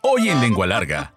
Hoy en Lengua Larga.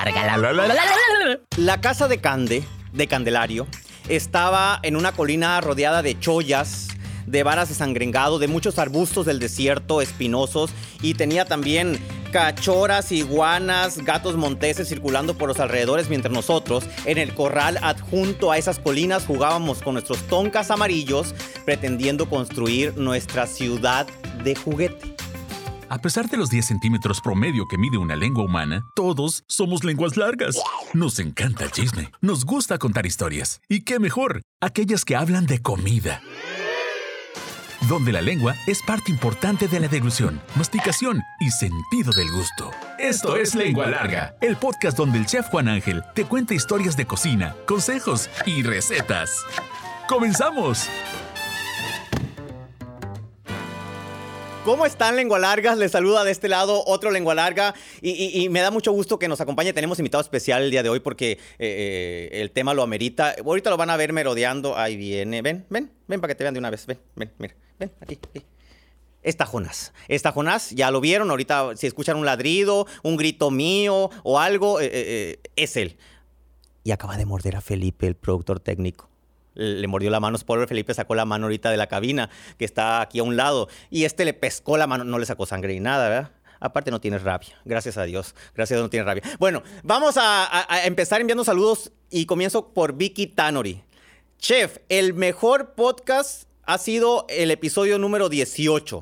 La casa de Candelario, estaba en una colina rodeada de chollas, de varas de sangrengado, de muchos arbustos del desierto espinosos, y tenía también cachorras, iguanas, gatos monteses circulando por los alrededores, mientras nosotros, en el corral adjunto a esas colinas, jugábamos con nuestros toncas amarillos, pretendiendo construir nuestra ciudad de juguete. A pesar de los 10 centímetros promedio que mide una lengua humana, todos somos lenguas largas. Nos encanta el chisme, nos gusta contar historias. ¿Y qué mejor? Aquellas que hablan de comida. Donde la lengua es parte importante de la deglución, masticación y sentido del gusto. Esto es Lengua Larga, el podcast donde el chef Juan Ángel te cuenta historias de cocina, consejos y recetas. ¡Comenzamos! ¿Cómo están, Lengua Largas? Les saluda de este lado otro Lengua Larga y me da mucho gusto que nos acompañe. Tenemos invitado especial el día de hoy porque el tema lo amerita. Ahorita lo van a ver merodeando. Ahí viene. Ven para que te vean de una vez. Ven, mira. Ven, aquí. Está Jonás, ya lo vieron. Ahorita si escuchan un ladrido, un grito mío o algo, es él. Y acaba de morder a Felipe, el productor técnico. Le mordió la mano, Felipe sacó la mano ahorita de la cabina, que está aquí a un lado, y le pescó la mano, no le sacó sangre ni nada, ¿verdad? Aparte no tienes rabia, gracias a Dios no tienes rabia. Bueno, vamos a empezar enviando saludos y comienzo por Vicky Tanori. Chef, el mejor podcast ha sido el episodio número 18.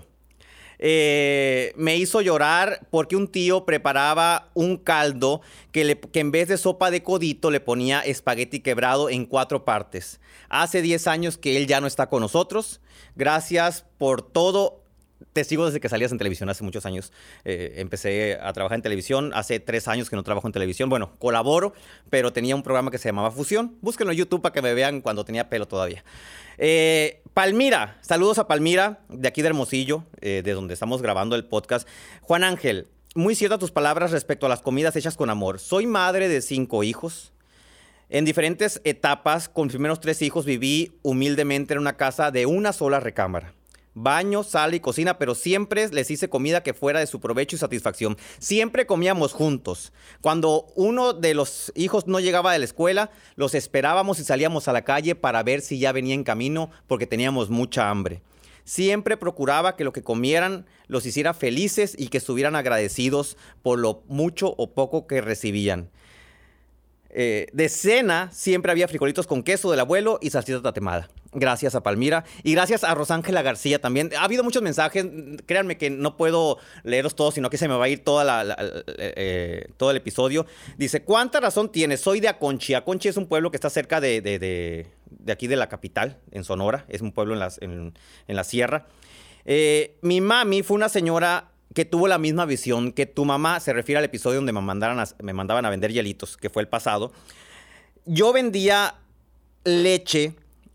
Me hizo llorar porque un tío preparaba un caldo que en vez de sopa de codito le ponía espagueti quebrado en 4 partes. Hace 10 años que él ya no está con nosotros. Gracias por todo. Te sigo desde que salías en televisión hace muchos años. Empecé a trabajar en televisión. Hace 3 años que no trabajo en televisión. Bueno, colaboro, pero tenía un programa que se llamaba Fusión. Búsquenlo en YouTube para que me vean cuando tenía pelo todavía. Palmira, saludos a Palmira, de aquí de Hermosillo, de donde estamos grabando el podcast. Juan Ángel, muy ciertas tus palabras respecto a las comidas hechas con amor. Soy madre de 5 hijos. En diferentes etapas, con mis primeros 3 hijos, viví humildemente en una casa de una sola recámara. Baño, sala y cocina, pero siempre les hice comida que fuera de su provecho y satisfacción. Siempre comíamos juntos. Cuando uno de los hijos no llegaba de la escuela, los esperábamos y salíamos a la calle para ver si ya venía en camino porque teníamos mucha hambre. Siempre procuraba que lo que comieran los hiciera felices y que estuvieran agradecidos por lo mucho o poco que recibían. De cena siempre había frijolitos con queso del abuelo y salsita tatemada. Gracias a Palmira y gracias a Rosángela García también. Ha habido muchos mensajes, créanme que no puedo leerlos todos, sino que se me va a ir todo el episodio. Dice, ¿cuánta razón tienes? Soy de Aconchi. Aconchi es un pueblo que está cerca de aquí de la capital, en Sonora. Es un pueblo en la sierra. Mi mami fue una señora que tuvo la misma visión que tu mamá. Se refiere al episodio donde me mandaban a vender hielitos, que fue el pasado. Yo vendía leche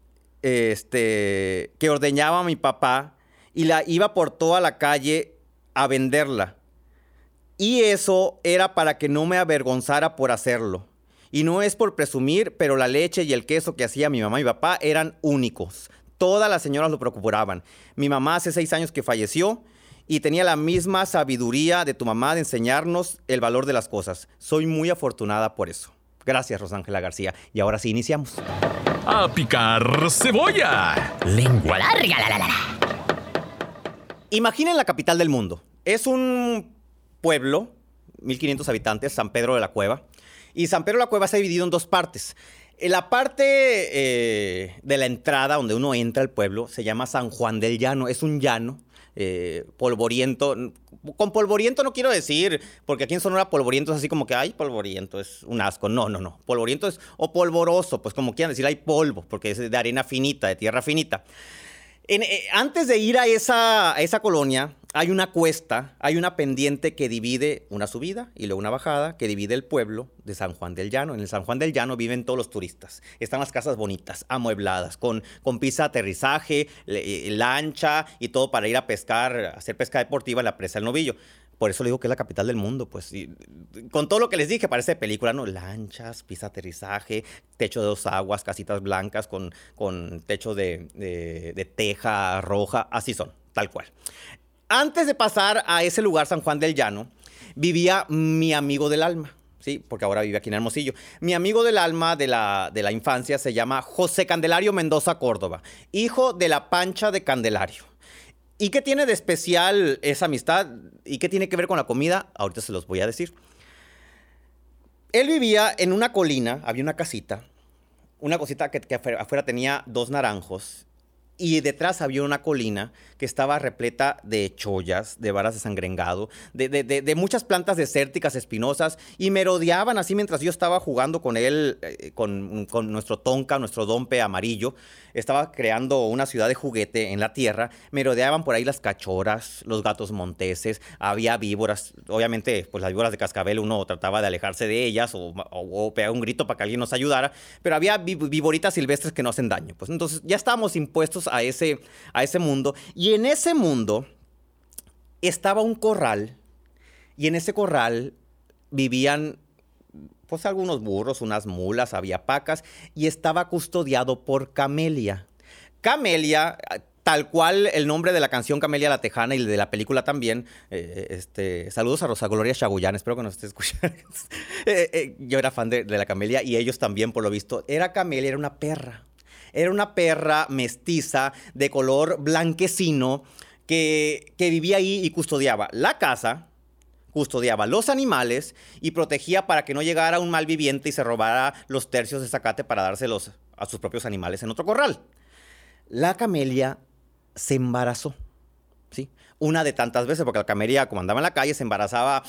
que ordeñaba mi papá y la iba por toda la calle a venderla. Y eso era para que no me avergonzara por hacerlo. Y no es por presumir, pero la leche y el queso que hacía mi mamá y mi papá eran únicos. Todas las señoras lo procuraban. Mi mamá hace 6 años que falleció y tenía la misma sabiduría de tu mamá de enseñarnos el valor de las cosas. Soy muy afortunada por eso. Gracias, Rosángela García. Y ahora sí, iniciamos. ¡A picar cebolla! Lengua larga, Imaginen la capital del mundo. Es un pueblo, 1,500 habitantes, San Pedro de la Cueva. Y San Pedro de la Cueva está dividido en 2 partes. En la parte de la entrada, donde uno entra al pueblo, se llama San Juan del Llano. Es un llano polvoriento. Con polvoriento no quiero decir, porque aquí en Sonora polvoriento es así como que, ay, polvoriento, es un asco. No. Polvoriento es, o polvoroso, pues como quieran decir, hay polvo, porque es de arena finita, de tierra finita. Antes de ir a esa colonia, hay una cuesta, hay una pendiente que divide una subida y luego una bajada que divide el pueblo de San Juan del Llano. En el San Juan del Llano viven todos los turistas. Están las casas bonitas, amuebladas, con pista de aterrizaje, lancha y todo para ir a pescar, hacer pesca deportiva en la presa del Novillo. Por eso le digo que es la capital del mundo, pues. Y con todo lo que les dije, parece película, ¿no? Lanchas, pista de aterrizaje, techo de 2 aguas, casitas blancas con techo de teja roja. Así son, tal cual. Antes de pasar a ese lugar, San Juan del Llano, vivía mi amigo del alma. Sí, porque ahora vive aquí en Hermosillo. Mi amigo del alma de la infancia se llama José Candelario Mendoza Córdoba, hijo de la Pancha de Candelario. ¿Y qué tiene de especial esa amistad? ¿Y qué tiene que ver con la comida? Ahorita se los voy a decir. Él vivía en una colina, había una casita que afuera tenía 2 naranjos. Y detrás había una colina que estaba repleta de chollas, de varas de sangrengado, de muchas plantas desérticas espinosas, y me rodeaban así mientras yo estaba jugando con él, con nuestro tonka, nuestro dompe amarillo. Estaba creando una ciudad de juguete en la tierra. Me rodeaban por ahí las cachorras, los gatos monteses, había víboras. Obviamente, pues las víboras de cascabel uno trataba de alejarse de ellas o pegar un grito para que alguien nos ayudara, pero había víboritas silvestres que no hacen daño. Pues entonces ya estábamos impuestos a ese mundo. Y en ese mundo estaba un corral, y en ese corral vivían pues algunos burros, unas mulas, había pacas, y estaba custodiado por Camelia. Camelia, tal cual el nombre de la canción Camelia la Tejana y de la película también. Saludos a Rosa Gloria Chagullán, espero que nos esté escuchando. Yo era fan de la Camelia y ellos también, por lo visto. Camelia era una perra. Era una perra mestiza de color blanquecino que vivía ahí y custodiaba la casa, custodiaba los animales y protegía para que no llegara un malviviente y se robara los tercios de zacate para dárselos a sus propios animales en otro corral. La Camelia se embarazó, ¿sí? Una de tantas veces, porque la Camelia, como andaba en la calle, se embarazaba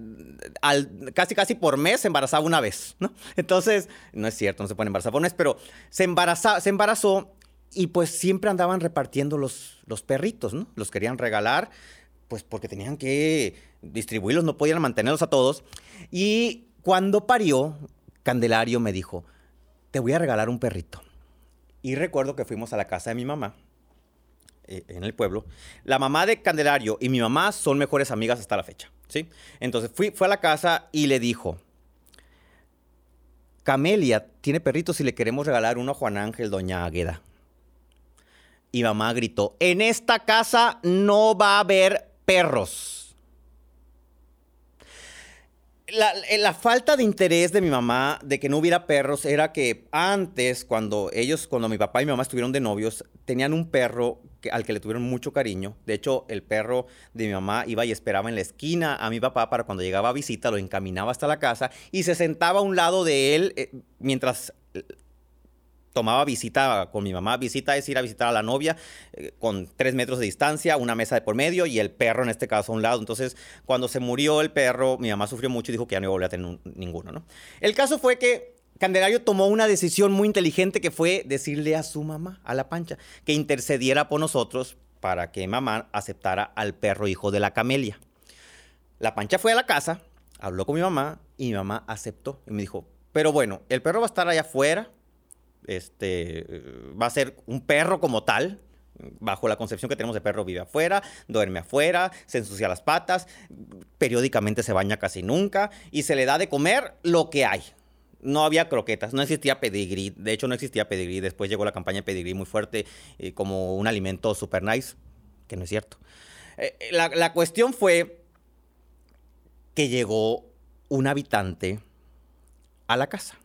casi por mes, se embarazaba una vez, ¿no? Entonces, no es cierto, no se puede embarazar por mes, pero se embarazó y pues siempre andaban repartiendo los perritos, ¿no? Los querían regalar, pues porque tenían que distribuirlos, no podían mantenerlos a todos. Y cuando parió, Candelario me dijo, te voy a regalar un perrito. Y recuerdo que fuimos a la casa de mi mamá, en el pueblo. La mamá de Candelario y mi mamá son mejores amigas hasta la fecha, ¿sí? Entonces fue a la casa y le dijo, Camelia tiene perritos y le queremos regalar uno a Juan Ángel, doña Águeda. Y mamá gritó, en esta casa no va a haber perros. La falta de interés de mi mamá de que no hubiera perros era que antes, cuando mi papá y mi mamá estuvieron de novios, tenían un perro al que le tuvieron mucho cariño. De hecho, el perro de mi mamá iba y esperaba en la esquina a mi papá para cuando llegaba a visita, lo encaminaba hasta la casa y se sentaba a un lado de él mientras tomaba visita con mi mamá. Visita es ir a visitar a la novia con 3 metros de distancia, una mesa de por medio y el perro en este caso a un lado. Entonces, cuando se murió el perro, mi mamá sufrió mucho y dijo que ya no iba a volver a tener ninguno, ¿no? El caso fue que Candelario tomó una decisión muy inteligente que fue decirle a su mamá, a la Pancha, que intercediera por nosotros para que mamá aceptara al perro hijo de la Camelia. La Pancha fue a la casa, habló con mi mamá y mi mamá aceptó. Y me dijo, pero bueno, el perro va a estar allá afuera, va a ser un perro como tal, bajo la concepción que tenemos de perro, vive afuera, duerme afuera, se ensucia las patas, periódicamente se baña casi nunca y se le da de comer lo que hay. No había croquetas, no existía pedigrí, de hecho no existía pedigrí, después llegó la campaña de pedigrí muy fuerte como un alimento super nice, que no es cierto. La cuestión fue que llegó un habitante a la casa.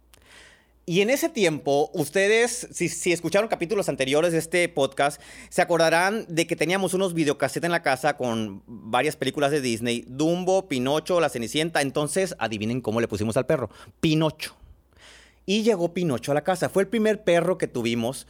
Y en ese tiempo, ustedes, si escucharon capítulos anteriores de este podcast, se acordarán de que teníamos unos videocassettes en la casa con varias películas de Disney. Dumbo, Pinocho, La Cenicienta. Entonces, adivinen cómo le pusimos al perro. Pinocho. Y llegó Pinocho a la casa. Fue el primer perro que tuvimos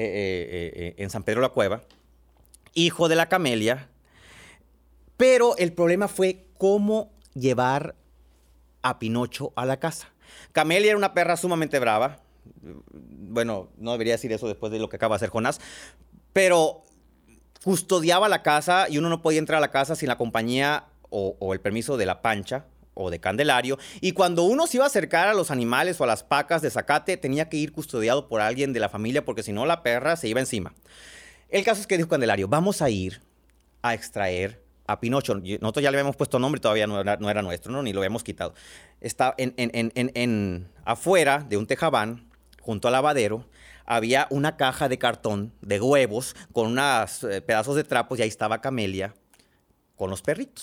en San Pedro la Cueva. Hijo de la Camelia. Pero el problema fue cómo llevar a Pinocho a la casa. Camelia era una perra sumamente brava. Bueno, no debería decir eso después de lo que acaba de hacer Jonás. Pero custodiaba la casa y uno no podía entrar a la casa sin la compañía o el permiso de la Pancha o de Candelario. Y cuando uno se iba a acercar a los animales o a las pacas de zacate, tenía que ir custodiado por alguien de la familia porque si no la perra se iba encima. El caso es que dijo Candelario, vamos a ir a extraer a Pinocho. Nosotros ya le habíamos puesto nombre y todavía no era nuestro, ¿no? Ni lo habíamos quitado. Está afuera de un tejabán, junto al lavadero, había una caja de cartón de huevos con unos pedazos de trapos y ahí estaba Camelia con los perritos.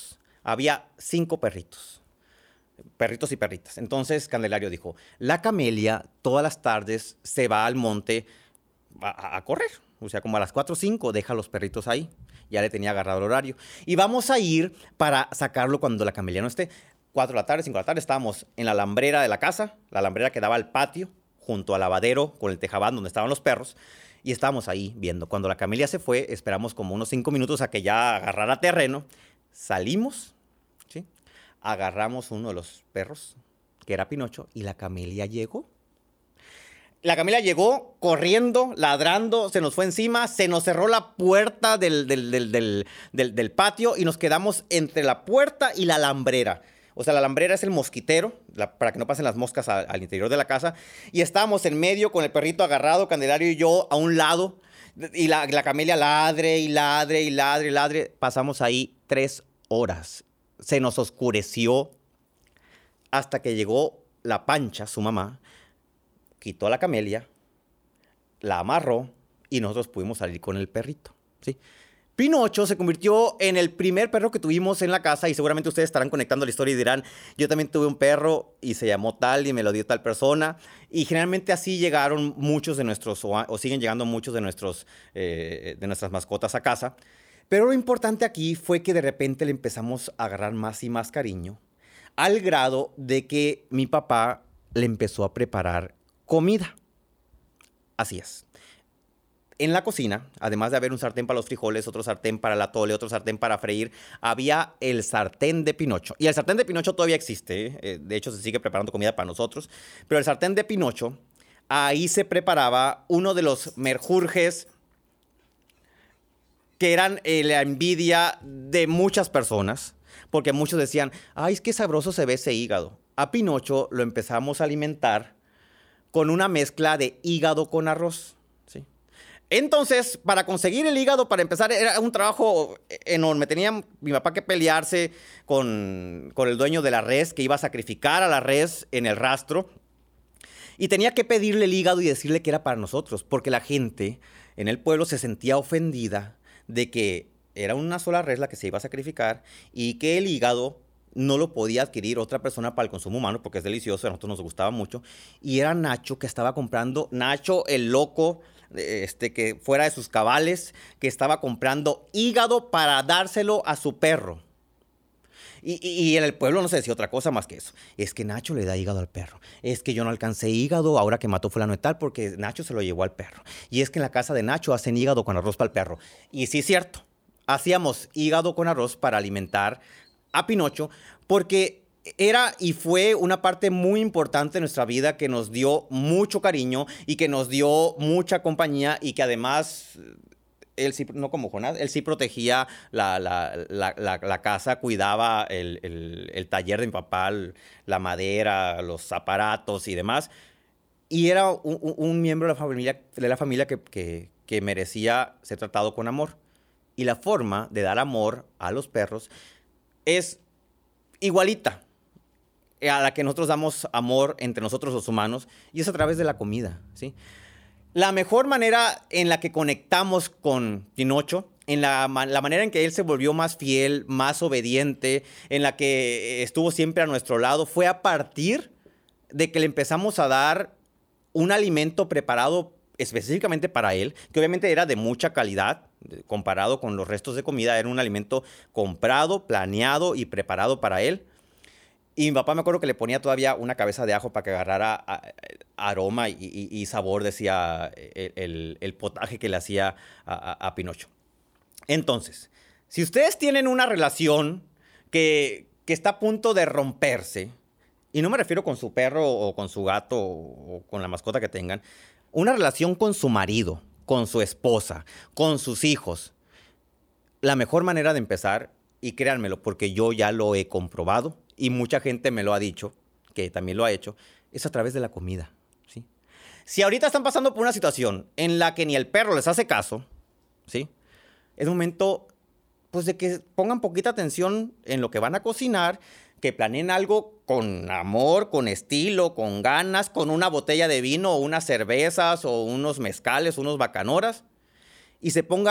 había 5 perritos y perritas. Entonces Candelario dijo, la Camelia todas las tardes se va al monte a correr. O sea, como a las 4 o 5 deja a los perritos ahí. Ya le tenía agarrado el horario. Y vamos a ir para sacarlo cuando la Camelia no esté. 4 de la tarde, 5 de la tarde, estábamos en la alambrera de la casa, la alambrera que daba al patio, junto al lavadero, con el tejabán donde estaban los perros. Y estábamos ahí viendo. Cuando la Camelia se fue, esperamos como unos 5 minutos a que ya agarrara terreno. Salimos, ¿sí? Agarramos uno de los perros, que era Pinocho, y la Camelia llegó. La Camelia llegó corriendo, ladrando, se nos fue encima, se nos cerró la puerta del patio y nos quedamos entre la puerta y la alambrera. O sea, la alambrera es el mosquitero, para que no pasen las moscas al interior de la casa. Y estábamos en medio con el perrito agarrado, Candelario y yo, a un lado. Y la Camelia ladre y ladre y ladre y ladre. Pasamos ahí 3 horas. Se nos oscureció hasta que llegó la Pancha, su mamá, quitó a la Camelia, la amarró y nosotros pudimos salir con el perrito, ¿sí? Pinocho se convirtió en el primer perro que tuvimos en la casa y seguramente ustedes estarán conectando la historia y dirán, yo también tuve un perro y se llamó tal y me lo dio tal persona. Y generalmente así llegaron muchos de nuestros, o siguen llegando muchos de nuestras mascotas a casa. Pero lo importante aquí fue que de repente le empezamos a agarrar más y más cariño, al grado de que mi papá le empezó a preparar comida. Así es. En la cocina, además de haber un sartén para los frijoles, otro sartén para el atole, otro sartén para freír, había el sartén de Pinocho. Y el sartén de Pinocho todavía existe, ¿eh? De hecho, se sigue preparando comida para nosotros. Pero el sartén de Pinocho, ahí se preparaba uno de los menjurjes que eran la envidia de muchas personas, porque muchos decían, ay, es que sabroso se ve ese hígado. A Pinocho lo empezamos a alimentar con una mezcla de hígado con arroz, ¿sí? Entonces, para conseguir el hígado, para empezar, era un trabajo enorme. Tenía mi papá que pelearse con el dueño de la res, que iba a sacrificar a la res en el rastro. Y tenía que pedirle el hígado y decirle que era para nosotros, porque la gente en el pueblo se sentía ofendida de que era una sola res la que se iba a sacrificar y que el hígado no lo podía adquirir otra persona para el consumo humano porque es delicioso, a nosotros nos gustaba mucho. Y era Nacho que estaba comprando, Nacho el loco, que fuera de sus cabales, que estaba comprando hígado para dárselo a su perro. Y en el pueblo no se decía otra cosa más que eso. Es que Nacho le da hígado al perro. Es que yo no alcancé hígado ahora que mató fulano de tal porque Nacho se lo llevó al perro. Y es que en la casa de Nacho hacen hígado con arroz para el perro. Y sí es cierto, hacíamos hígado con arroz para alimentar a Pinocho porque era y fue una parte muy importante de nuestra vida que nos dio mucho cariño y que nos dio mucha compañía y que además él sí, no como Jonás, él sí protegía la casa, cuidaba el taller de mi papá, la madera, los aparatos y demás. Y era un miembro de la familia que merecía ser tratado con amor. Y la forma de dar amor a los perros es igualita a la que nosotros damos amor entre nosotros los humanos, y es a través de la comida, ¿sí? La mejor manera en la que conectamos con Pinocho, en la manera en que él se volvió más fiel, más obediente, en la que estuvo siempre a nuestro lado, fue a partir de que le empezamos a dar un alimento preparado específicamente para él, que obviamente era de mucha calidad, comparado con los restos de comida, era un alimento comprado, planeado y preparado para él. Y mi papá me acuerdo que le ponía todavía una cabeza de ajo para que agarrara aroma y sabor, decía el potaje que le hacía a Pinocho. Entonces, si ustedes tienen una relación que está a punto de romperse, y no me refiero con su perro o con su gato o con la mascota que tengan, una relación con su marido, con su esposa, con sus hijos, la mejor manera de empezar, y créanmelo porque yo ya lo he comprobado, y mucha gente me lo ha dicho, que también lo ha hecho, es a través de la comida, ¿sí? Si ahorita están pasando por una situación en la que ni el perro les hace caso, ¿sí? Es momento, pues, de que pongan poquita atención en lo que van a cocinar, que planeen algo con amor, con estilo, con ganas, con una botella de vino o unas cervezas o unos mezcales, unos bacanoras, y se pongan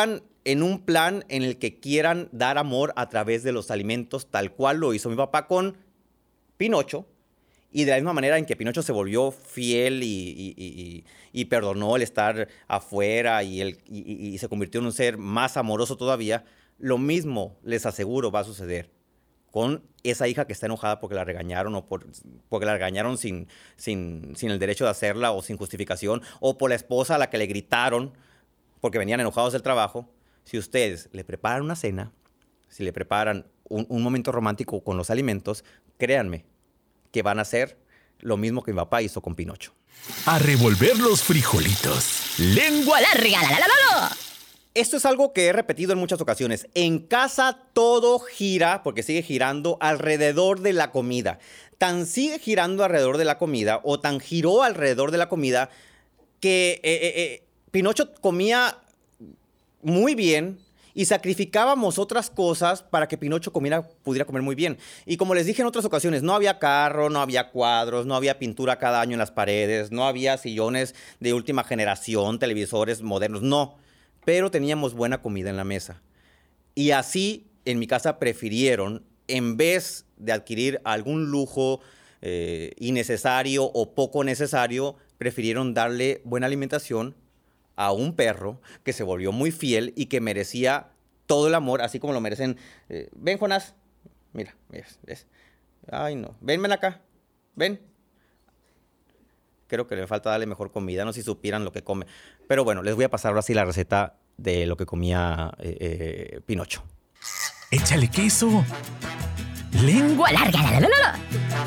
en un plan en el que quieran dar amor a través de los alimentos, tal cual lo hizo mi papá con Pinocho. Y de la misma manera en que Pinocho se volvió fiel y perdonó el estar afuera y se convirtió en un ser más amoroso todavía, lo mismo, les aseguro, va a suceder con esa hija que está enojada porque la regañaron o porque la regañaron sin el derecho de hacerla o sin justificación, o por la esposa a la que le gritaron porque venían enojados del trabajo. Si ustedes le preparan una cena, si le preparan un momento romántico con los alimentos, créanme que van a hacer lo mismo que mi papá hizo con Pinocho. A revolver los frijolitos. ¡Lengua larga! ¡La, la, la, la! Esto es algo que he repetido en muchas ocasiones. En casa todo gira, porque sigue girando alrededor de la comida. Tan sigue girando alrededor de la comida, o tan giró alrededor de la comida, que Pinocho comía muy bien y sacrificábamos otras cosas para que Pinocho pudiera comer muy bien. Y como les dije en otras ocasiones, no había carro, no había cuadros, no había pintura cada año en las paredes, no había sillones de última generación, televisores modernos, no. Pero teníamos buena comida en la mesa. Y así, en mi casa prefirieron, en vez de adquirir algún lujo innecesario o poco necesario, prefirieron darle buena alimentación a un perro que se volvió muy fiel y que merecía todo el amor, así como lo merecen. Ven, Jonás. Mira, ¿ves? Ay, no. Ven acá. Ven. Creo que le falta darle mejor comida, no sé si supieran lo que come. Pero bueno, les voy a pasar ahora sí la receta de lo que comía Pinocho. Échale queso. ¡Lengua larga! ¡La, la, la, la!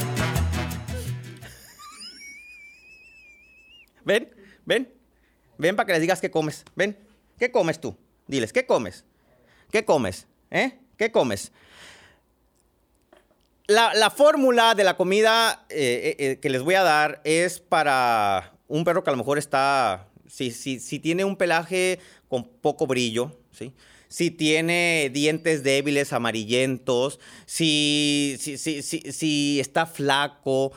Ven para que les digas qué comes. Ven, ¿qué comes tú? Diles, ¿qué comes? ¿Qué comes? ¿Qué comes? La fórmula de la comida que les voy a dar es para un perro que a lo mejor está... Si tiene un pelaje con poco brillo, ¿sí? Si tiene dientes débiles, amarillentos, si está flaco,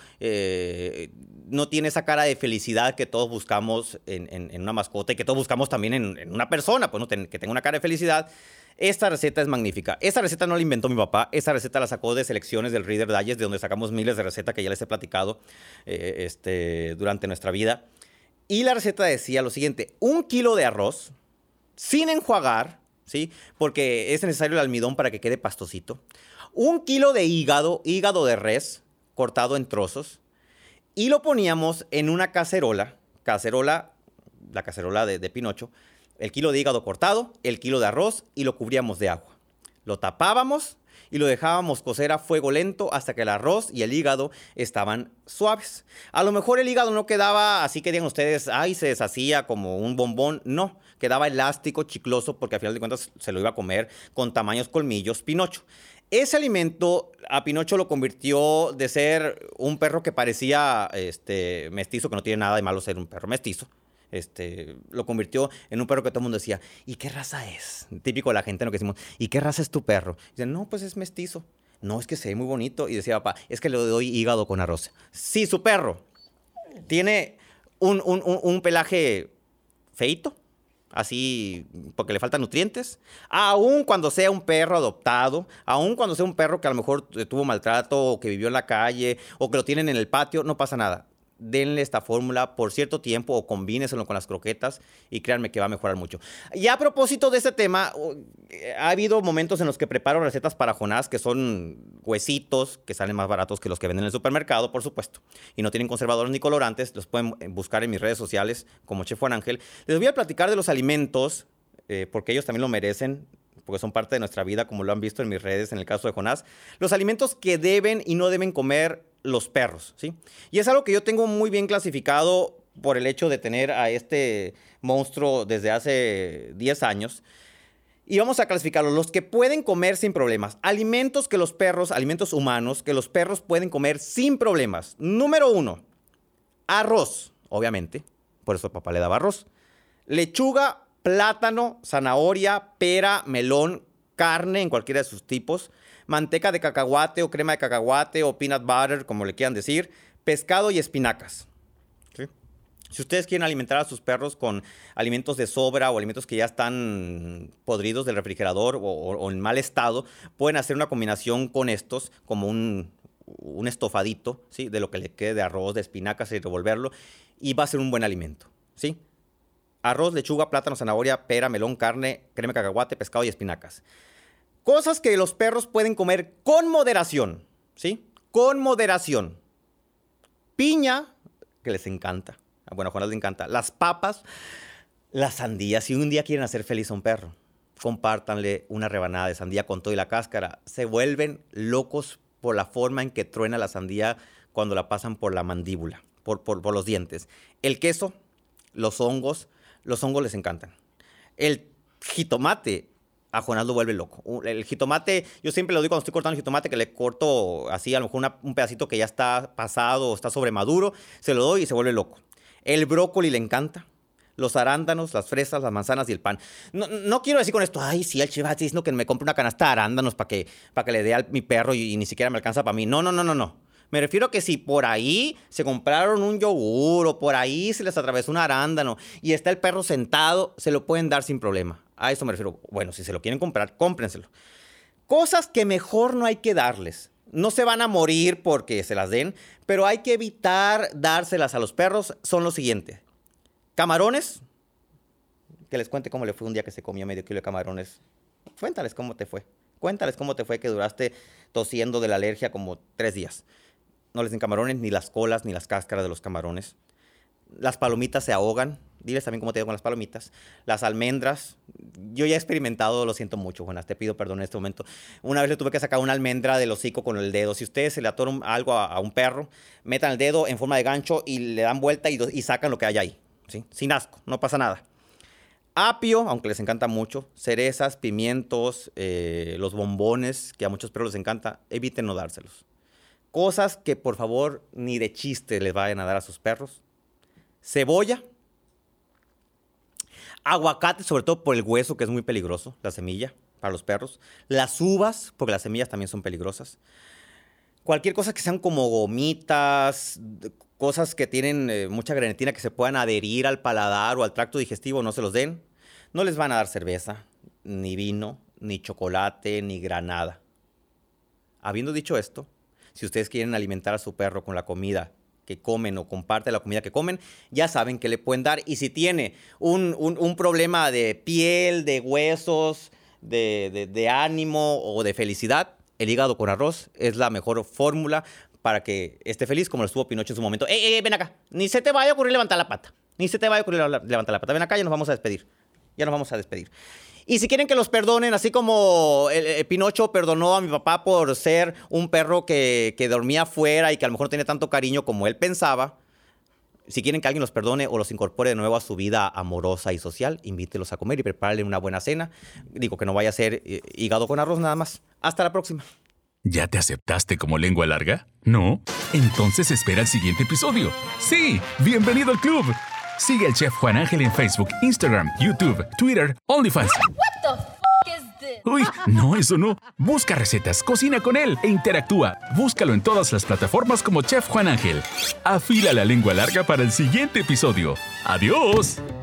no tiene esa cara de felicidad que todos buscamos en una mascota y que todos buscamos también en una persona, pues, ¿no? Que tenga una cara de felicidad. Esta receta es magnífica. Esta receta no la inventó mi papá. Esta receta la sacó de selecciones del Reader Digest, de donde sacamos miles de recetas que ya les he platicado durante nuestra vida. Y la receta decía lo siguiente: 1 kilo de arroz sin enjuagar, ¿sí? Porque es necesario el almidón para que quede pastosito. 1 kilo de hígado de res, cortado en trozos. Y lo poníamos en una cacerola, la cacerola de Pinocho, el kilo de hígado cortado, el kilo de arroz, y lo cubríamos de agua. Lo tapábamos y lo dejábamos cocer a fuego lento hasta que el arroz y el hígado estaban suaves. A lo mejor el hígado no quedaba así que digan ustedes, ay, se deshacía como un bombón. No, quedaba elástico, chicloso, porque al final de cuentas se lo iba a comer con tamaños colmillos Pinocho. Ese alimento a Pinocho lo convirtió de ser un perro que parecía mestizo, que no tiene nada de malo ser un perro mestizo. Lo convirtió en un perro que todo el mundo decía, ¿y qué raza es? Típico de la gente, ¿no? Que decimos, ¿y qué raza es tu perro? Dicen, no, pues es mestizo. No, es que se ve muy bonito. Y decía papá, es que le doy hígado con arroz. Sí, su perro tiene un pelaje feito, así porque le faltan nutrientes, aun cuando sea un perro adoptado, aun cuando sea un perro que a lo mejor tuvo maltrato o que vivió en la calle o que lo tienen en el patio, no pasa nada. Denle esta fórmula por cierto tiempo o combíneselo con las croquetas y créanme que va a mejorar mucho. Y a propósito de este tema, ha habido momentos en los que preparo recetas para Jonás que son huesitos, que salen más baratos que los que venden en el supermercado, por supuesto, y no tienen conservadores ni colorantes. Los pueden buscar en mis redes sociales como Chef Juan Ángel. Les voy a platicar de los alimentos, porque ellos también lo merecen, porque son parte de nuestra vida, como lo han visto en mis redes en el caso de Jonás. Los alimentos que deben y no deben comer los perros, ¿sí? Y es algo que yo tengo muy bien clasificado por el hecho de tener a este monstruo desde hace 10 años. Y vamos a clasificarlos. Los que pueden comer sin problemas. Alimentos humanos, que los perros pueden comer sin problemas. Número 1, arroz, obviamente. Por eso papá le daba arroz. Lechuga, plátano, zanahoria, pera, melón, carne en cualquiera de sus tipos, manteca de cacahuate o crema de cacahuate o peanut butter, como le quieran decir, pescado y espinacas. ¿Sí? Si ustedes quieren alimentar a sus perros con alimentos de sobra o alimentos que ya están podridos del refrigerador o en mal estado, pueden hacer una combinación con estos, como un estofadito, ¿sí? De lo que le quede de arroz, de espinacas y revolverlo, y va a ser un buen alimento, ¿sí? Arroz, lechuga, plátano, zanahoria, pera, melón, carne, crema de cacahuate, pescado y espinacas. Cosas que los perros pueden comer con moderación, ¿sí? Con moderación. Piña, que les encanta. Bueno, a Jonás le encanta. Las papas, las sandías. Si un día quieren hacer feliz a un perro, compártanle una rebanada de sandía con todo y la cáscara. Se vuelven locos por la forma en que truena la sandía cuando la pasan por la mandíbula, por los dientes. El queso, los hongos les encantan. El jitomate, a Jonás lo vuelve loco. El jitomate, yo siempre lo digo cuando estoy cortando el jitomate, que le corto así, a lo mejor un pedacito que ya está pasado o está sobremaduro, se lo doy y se vuelve loco. El brócoli le encanta. Los arándanos, las fresas, las manzanas y el pan. No quiero decir con esto, ay, sí, el chef está diciendo que me compre una canasta de arándanos para que le dé a mi perro y ni siquiera me alcanza para mí. No. Me refiero a que si por ahí se compraron un yogur o por ahí se les atravesó un arándano y está el perro sentado, se lo pueden dar sin problema. A eso me refiero. Bueno, si se lo quieren comprar, cómprenselo. Cosas que mejor no hay que darles. No se van a morir porque se las den, pero hay que evitar dárselas a los perros. Son los siguientes. Camarones. Que les cuente cómo le fue un día que se comió medio kilo de camarones. Cuéntales cómo te fue. Cuéntales cómo te fue que duraste tosiendo de la alergia como 3 días. No les den camarones, ni las colas, ni las cáscaras de los camarones. Las palomitas se ahogan. Diles también cómo te ha ido con las palomitas. Las almendras. Yo ya he experimentado, lo siento mucho, Jonás, te pido perdón en este momento. Una vez le tuve que sacar una almendra del hocico con el dedo. Si ustedes se le atoran algo a un perro, metan el dedo en forma de gancho y le dan vuelta y sacan lo que hay ahí. ¿Sí? Sin asco, no pasa nada. Apio, aunque les encanta mucho. Cerezas, pimientos, los bombones, que a muchos perros les encanta. Eviten no dárselos. Cosas que, por favor, ni de chiste les vayan a dar a sus perros. Cebolla. Aguacate, sobre todo por el hueso, que es muy peligroso, la semilla, para los perros. Las uvas, porque las semillas también son peligrosas. Cualquier cosa que sean como gomitas, cosas que tienen mucha grenetina que se puedan adherir al paladar o al tracto digestivo, no se los den. No les van a dar cerveza, ni vino, ni chocolate, ni granada. Habiendo dicho esto, si ustedes quieren alimentar a su perro con la comida que comen o comparte la comida que comen, ya saben qué le pueden dar. Y si tiene un problema de piel, de huesos, de ánimo o de felicidad, el hígado con arroz es la mejor fórmula para que esté feliz, como lo estuvo Pinocho en su momento. Ven acá! Ni se te vaya a ocurrir levantar la pata. Ven acá, ya nos vamos a despedir. Y si quieren que los perdonen, así como Pinocho perdonó a mi papá por ser un perro que dormía afuera y que a lo mejor no tenía tanto cariño como él pensaba, si quieren que alguien los perdone o los incorpore de nuevo a su vida amorosa y social, invítelos a comer y prepárenle una buena cena. Digo, que no vaya a ser hígado con arroz nada más. Hasta la próxima. ¿Ya te aceptaste como lengua larga? ¿No? Entonces espera el siguiente episodio. ¡Sí! ¡Bienvenido al club! Sigue al Chef Juan Ángel en Facebook, Instagram, YouTube, Twitter, OnlyFans. What the f*** is this? Uy, no, eso no. Busca recetas, cocina con él e interactúa. Búscalo en todas las plataformas como Chef Juan Ángel. Afila la lengua larga para el siguiente episodio. ¡Adiós!